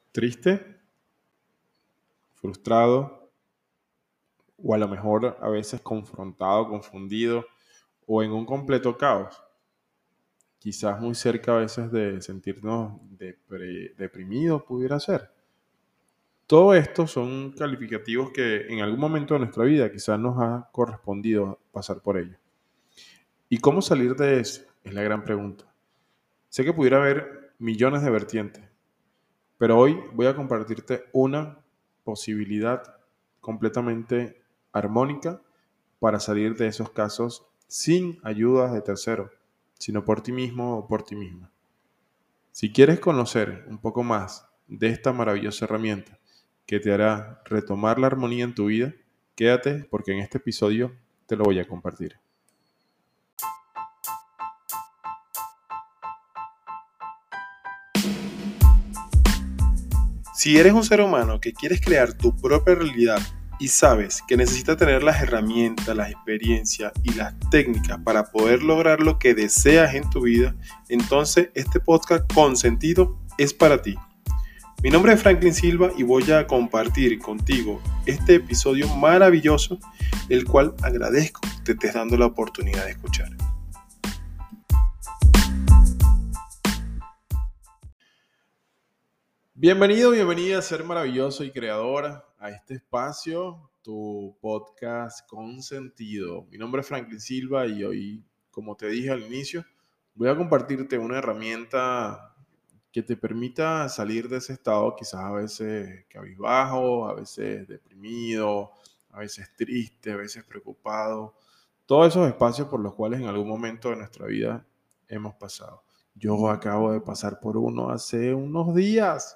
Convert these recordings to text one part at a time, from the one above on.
triste, frustrado o a lo mejor a veces confrontado, confundido o en un completo caos. Quizás muy cerca a veces de sentirnos deprimidos pudiera ser. Todo esto son calificativos que en algún momento de nuestra vida quizás nos ha correspondido pasar por ello. ¿Y cómo salir de eso? Es la gran pregunta. Sé que pudiera haber millones de vertientes, pero hoy voy a compartirte una posibilidad completamente armónica para salir de esos casos sin ayudas de terceros, sino por ti mismo o por ti misma. Si quieres conocer un poco más de esta maravillosa herramienta que te hará retomar la armonía en tu vida, quédate porque en este episodio te lo voy a compartir. Si eres un ser humano que quieres crear tu propia realidad y sabes que necesitas tener las herramientas, las experiencias y las técnicas para poder lograr lo que deseas en tu vida, entonces este podcast con sentido es para ti. Mi nombre es Franklin Silva y voy a compartir contigo este episodio maravilloso, el cual agradezco que te estés dando la oportunidad de escuchar. Bienvenido, bienvenida a Ser Maravilloso y Creadora, a este espacio, tu podcast con sentido. Mi nombre es Franklin Silva y hoy, como te dije al inicio, voy a compartirte una herramienta que te permita salir de ese estado quizás a veces cabizbajo, a veces deprimido, a veces triste, a veces preocupado. Todos esos espacios por los cuales en algún momento de nuestra vida hemos pasado. Yo acabo de pasar por uno hace unos días.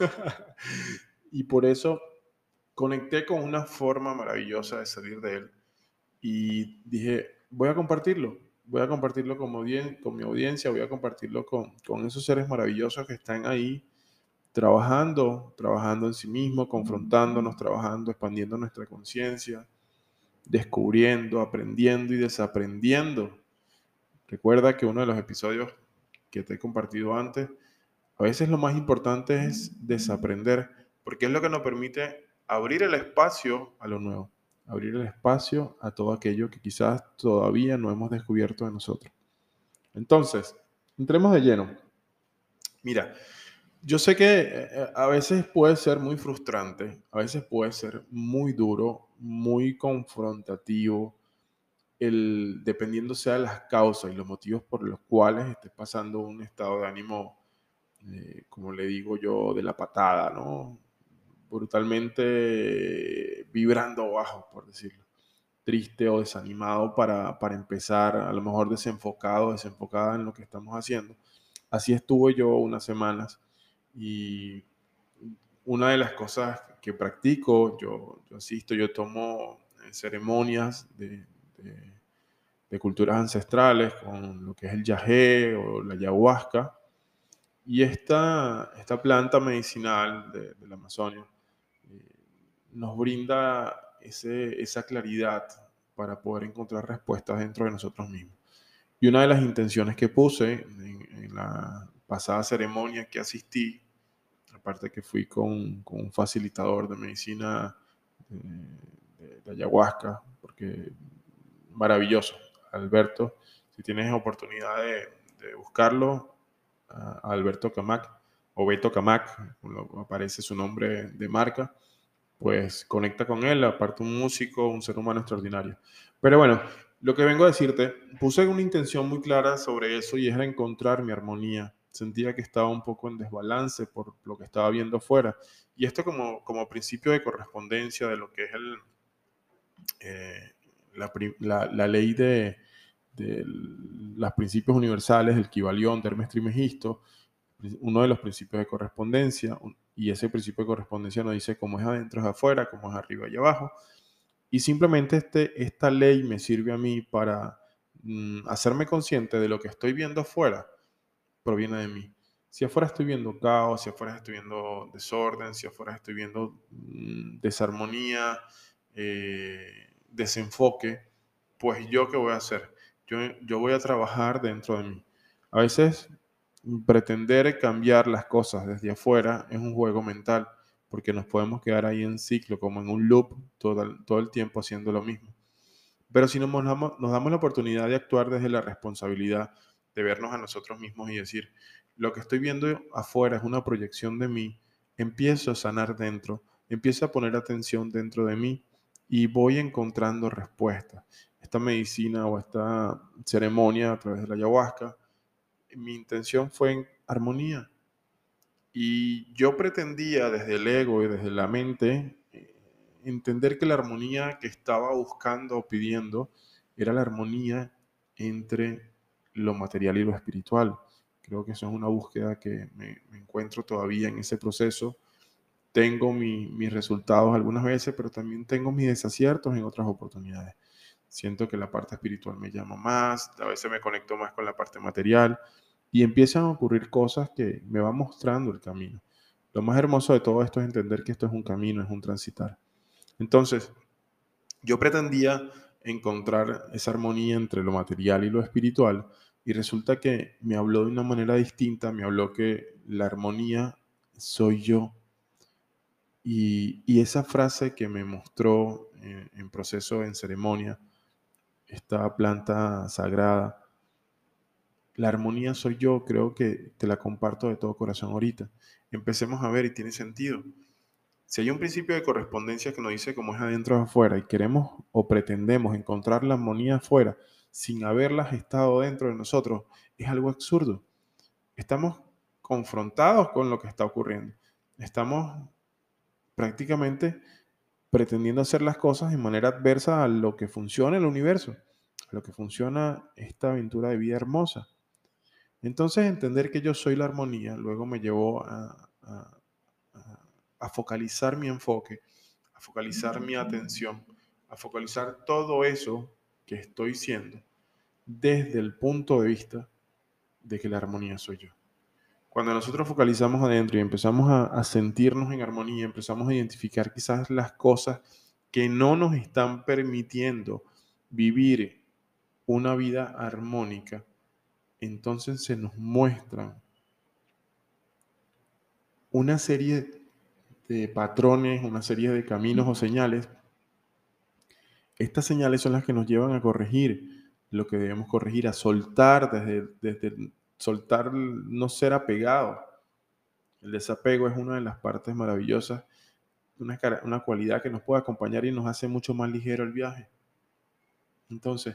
Y por eso conecté con una forma maravillosa de salir de él y dije, voy a compartirlo con mi audiencia, voy a compartirlo con esos seres maravillosos que están ahí trabajando en sí mismos, confrontándonos, trabajando, expandiendo nuestra conciencia, descubriendo, aprendiendo y desaprendiendo. Recuerda que uno de los episodios que te he compartido antes, a veces lo más importante es desaprender, porque es lo que nos permite abrir el espacio a lo nuevo, abrir el espacio a todo aquello que quizás todavía no hemos descubierto de nosotros. Entonces, entremos de lleno. Mira, yo sé que a veces puede ser muy frustrante, a veces puede ser muy duro, muy confrontativo, dependiendo sea las causas y los motivos por los cuales estés pasando un estado de ánimo, como le digo yo, de la patada, ¿no? Brutalmente vibrando bajo, por decirlo. Triste o desanimado para empezar, a lo mejor desenfocado, desenfocada en lo que estamos haciendo. Así estuve yo unas semanas y una de las cosas que practico, yo asisto, yo tomo ceremonias de culturas ancestrales con lo que es el yagé o la ayahuasca. Y esta planta medicinal de la Amazonia eh, nos brinda esa claridad para poder encontrar respuestas dentro de nosotros mismos. Y una de las intenciones que puse en la pasada ceremonia que asistí, aparte que fui con un facilitador de medicina de ayahuasca, porque maravilloso, Alberto, si tienes oportunidad de buscarlo, a Alberto Camac, o Beto Camac, como aparece su nombre de marca, pues conecta con él, aparte un músico, un ser humano extraordinario. Pero bueno, lo que vengo a decirte, puse una intención muy clara sobre eso y era encontrar mi armonía. Sentía que estaba un poco en desbalance por lo que estaba viendo afuera. Y esto como principio de correspondencia de lo que es eh, la ley de los principios universales, el Kybalión, Hermes Trismegisto, uno de los principios de correspondencia, y ese principio de correspondencia nos dice cómo es adentro es afuera, cómo es arriba y abajo, y simplemente esta ley me sirve a mí para hacerme consciente de lo que estoy viendo afuera, proviene de mí. Si afuera estoy viendo caos, si afuera estoy viendo desorden, si afuera estoy viendo desarmonía, desenfoque, pues yo qué voy a hacer? Yo voy a trabajar dentro de mí. A veces pretender cambiar las cosas desde afuera es un juego mental, porque nos podemos quedar ahí en ciclo, como en un loop, todo el tiempo haciendo lo mismo. Pero si nos damos la oportunidad de actuar desde la responsabilidad, de vernos a nosotros mismos y decir, lo que estoy viendo afuera es una proyección de mí, empiezo a sanar dentro, empiezo a poner atención dentro de mí y voy encontrando respuestas. Esta medicina o esta ceremonia a través de la ayahuasca, mi intención fue en armonía. Y yo pretendía desde el ego y desde la mente entender que la armonía que estaba buscando o pidiendo era la armonía entre lo material y lo espiritual. Creo que eso es una búsqueda que me encuentro todavía en ese proceso. Tengo mis resultados algunas veces, pero también tengo mis desaciertos en otras oportunidades. Siento que la parte espiritual me llama más, a veces me conecto más con la parte material y empiezan a ocurrir cosas que me van mostrando el camino. Lo más hermoso de todo esto es entender que esto es un camino, es un transitar. Entonces, yo pretendía encontrar esa armonía entre lo material y lo espiritual y resulta que me habló de una manera distinta, me habló que la armonía soy yo. Y esa frase que me mostró en proceso, en ceremonia, esta planta sagrada, la armonía soy yo, creo que te la comparto de todo corazón ahorita. Empecemos a ver y tiene sentido. Si hay un principio de correspondencia que nos dice cómo es adentro o afuera y queremos o pretendemos encontrar la armonía afuera sin haberla estado dentro de nosotros, es algo absurdo. Estamos confrontados con lo que está ocurriendo. Estamos prácticamente pretendiendo hacer las cosas de manera adversa a lo que funciona en el universo, a lo que funciona esta aventura de vida hermosa. Entonces entender que yo soy la armonía luego me llevó a focalizar mi enfoque, a focalizar mi atención, a focalizar todo eso que estoy siendo desde el punto de vista de que la armonía soy yo. Cuando nosotros focalizamos adentro y empezamos a sentirnos en armonía, empezamos a identificar quizás las cosas que no nos están permitiendo vivir una vida armónica, entonces se nos muestran una serie de patrones, una serie de caminos o señales. Estas señales son las que nos llevan a corregir lo que debemos corregir, a soltar, desde soltar, no ser apegado. El desapego es una de las partes maravillosas, una cualidad que nos puede acompañar y nos hace mucho más ligero el viaje. Entonces,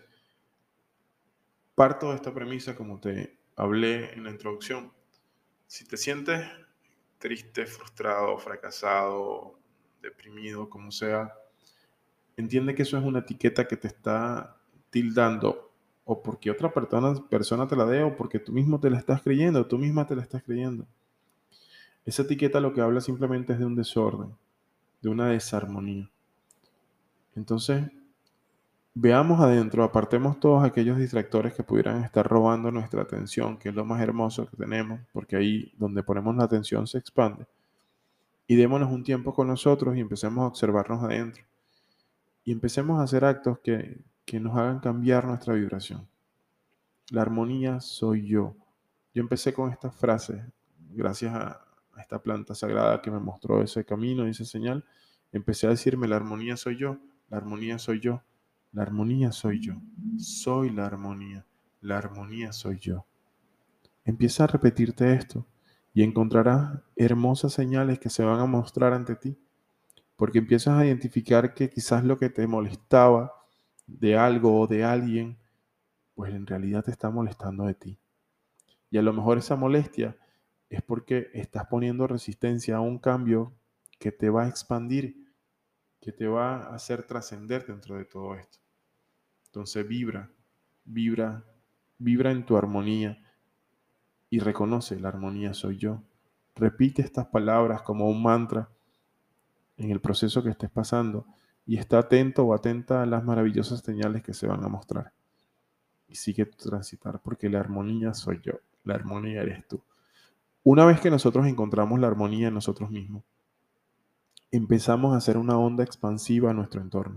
parto de esta premisa, como te hablé en la introducción. Si te sientes triste, frustrado, fracasado, deprimido, como sea, entiende que eso es una etiqueta que te está tildando o porque otra persona te la dé o porque tú mismo te la estás creyendo o tú misma te la estás creyendo. Esa etiqueta lo que habla simplemente es de un desorden, de una desarmonía. Entonces, veamos adentro, apartemos todos aquellos distractores que pudieran estar robando nuestra atención, que es lo más hermoso que tenemos, porque ahí donde ponemos la atención se expande. Y démonos un tiempo con nosotros y empecemos a observarnos adentro. Y empecemos a hacer actos que nos hagan cambiar nuestra vibración. La armonía soy yo. Yo empecé con esta frase, gracias a esta planta sagrada que me mostró ese camino y esa señal. Empecé a decirme, la armonía soy yo, la armonía soy yo, la armonía soy yo, soy la armonía soy yo. Empieza a repetirte esto y encontrarás hermosas señales que se van a mostrar ante ti, porque empiezas a identificar que quizás lo que te molestaba de algo o de alguien, pues en realidad te está molestando de ti. Y a lo mejor esa molestia es porque estás poniendo resistencia a un cambio que te va a expandir, que te va a hacer trascender dentro de todo esto. Entonces vibra, vibra en tu armonía y reconoce, la armonía soy yo. Repite estas palabras como un mantra en el proceso que estés pasando y está atento o atenta a las maravillosas señales que se van a mostrar. Y sigue tu transitar porque la armonía soy yo, la armonía eres tú. Una vez que nosotros encontramos la armonía en nosotros mismos, empezamos a hacer una onda expansiva a nuestro entorno.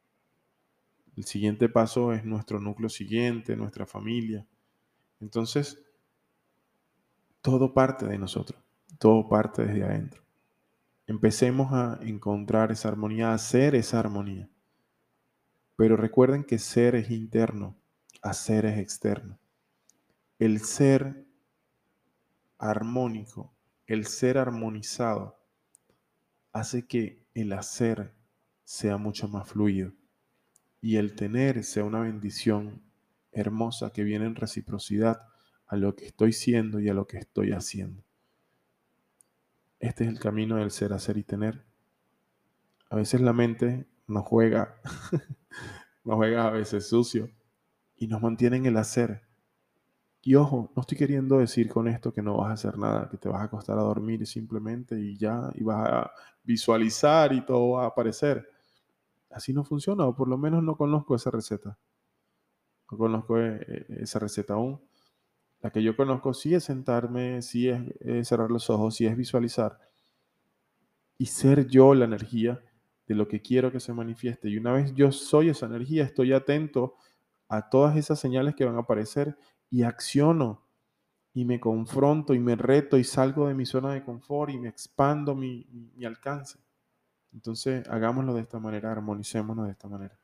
El siguiente paso es nuestro núcleo siguiente, nuestra familia. Entonces, Todo parte de nosotros, todo parte desde adentro. Empecemos a encontrar esa armonía, a hacer esa armonía. Pero recuerden que ser es interno, hacer es externo. El ser armónico, el ser armonizado, hace que el hacer sea mucho más fluido y el tener sea una bendición hermosa que viene en reciprocidad a lo que estoy siendo y a lo que estoy haciendo. Este es el camino del ser, hacer y tener. A veces la mente nos juega, nos juega a veces sucio y nos mantiene en el hacer. Y ojo, no estoy queriendo decir con esto que no vas a hacer nada, que te vas a acostar a dormir simplemente y ya, y vas a visualizar y todo va a aparecer. Así no funciona, o por lo menos no conozco esa receta. No conozco esa receta aún. La que yo conozco sí es sentarme, sí es cerrar los ojos, sí es visualizar y ser yo la energía de lo que quiero que se manifieste. Y una vez yo soy esa energía, estoy atento a todas esas señales que van a aparecer y acciono y me confronto y me reto y salgo de mi zona de confort y me expando mi alcance. Entonces, hagámoslo de esta manera, armonicémonos de esta manera.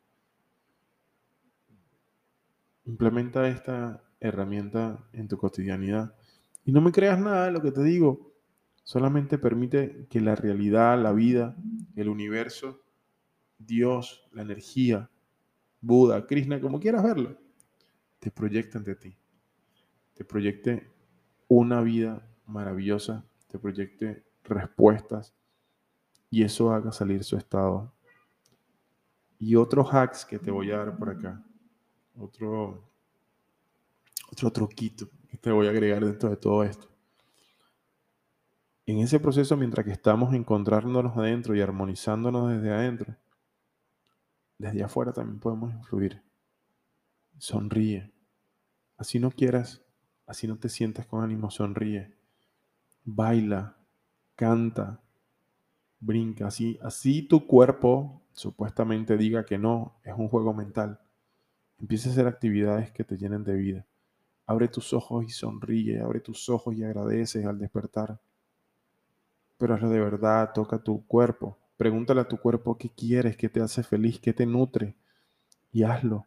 Implementa esta herramienta en tu cotidianidad. Y no me creas nada de lo que te digo. Solamente permite que la realidad, la vida, el universo, Dios, la energía, Buda, Krishna, como quieras verlo, te proyecte ante ti. Te proyecte una vida maravillosa, te proyecte respuestas y eso haga salir su estado. Y otros hacks que te voy a dar por acá. Otro truquito que te voy a agregar dentro de todo esto. En ese proceso, mientras que estamos encontrándonos adentro y armonizándonos desde adentro, desde afuera también podemos influir. Sonríe. Así no quieras, así no te sientas con ánimo, sonríe. Baila, canta, brinca. Así tu cuerpo supuestamente diga que no, es un juego mental. Empieza a hacer actividades que te llenen de vida. Abre tus ojos y sonríe, abre tus ojos y agradeces al despertar. Pero hazlo de verdad, toca tu cuerpo. Pregúntale a tu cuerpo qué quieres, qué te hace feliz, qué te nutre y hazlo.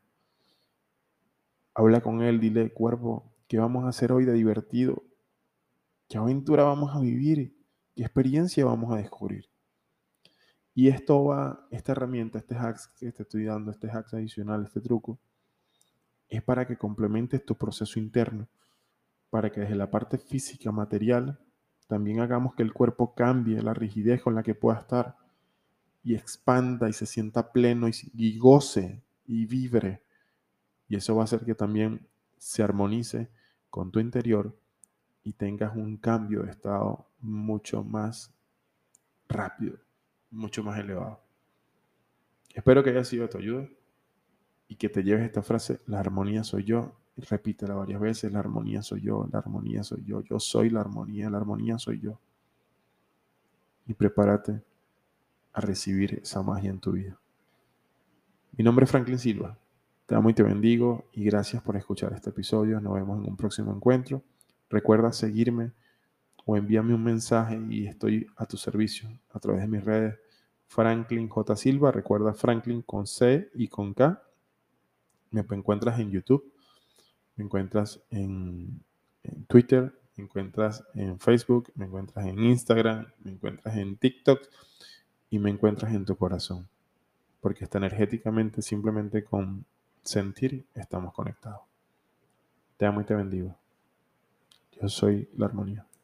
Habla con él, dile, cuerpo, ¿qué vamos a hacer hoy de divertido? ¿Qué aventura vamos a vivir? ¿Qué experiencia vamos a descubrir? Y esta herramienta, este hack que te estoy dando, este hack adicional, este truco, es para que complementes tu proceso interno, para que desde la parte física, material, también hagamos que el cuerpo cambie la rigidez con la que pueda estar y expanda y se sienta pleno y goce y vibre. Y eso va a hacer que también se armonice con tu interior y tengas un cambio de estado mucho más rápido, mucho más elevado. Espero que haya sido de tu ayuda y que te lleves esta frase, la armonía soy yo, y repítela varias veces, la armonía soy yo, la armonía soy yo soy la armonía soy yo. Y prepárate a recibir esa magia en tu vida. Mi nombre es Franklin Silva. Te amo y te bendigo y gracias por escuchar este episodio. Nos vemos en un próximo encuentro. Recuerda seguirme o envíame un mensaje y estoy a tu servicio a través de mis redes. Franklin J. Silva. Recuerda Franklin con C y con K. Me encuentras en YouTube, me encuentras en Twitter, me encuentras en Facebook, me encuentras en Instagram, me encuentras en TikTok y me encuentras en tu corazón. Porque está energéticamente, simplemente con sentir, estamos conectados. Te amo y te bendigo. Yo soy la armonía.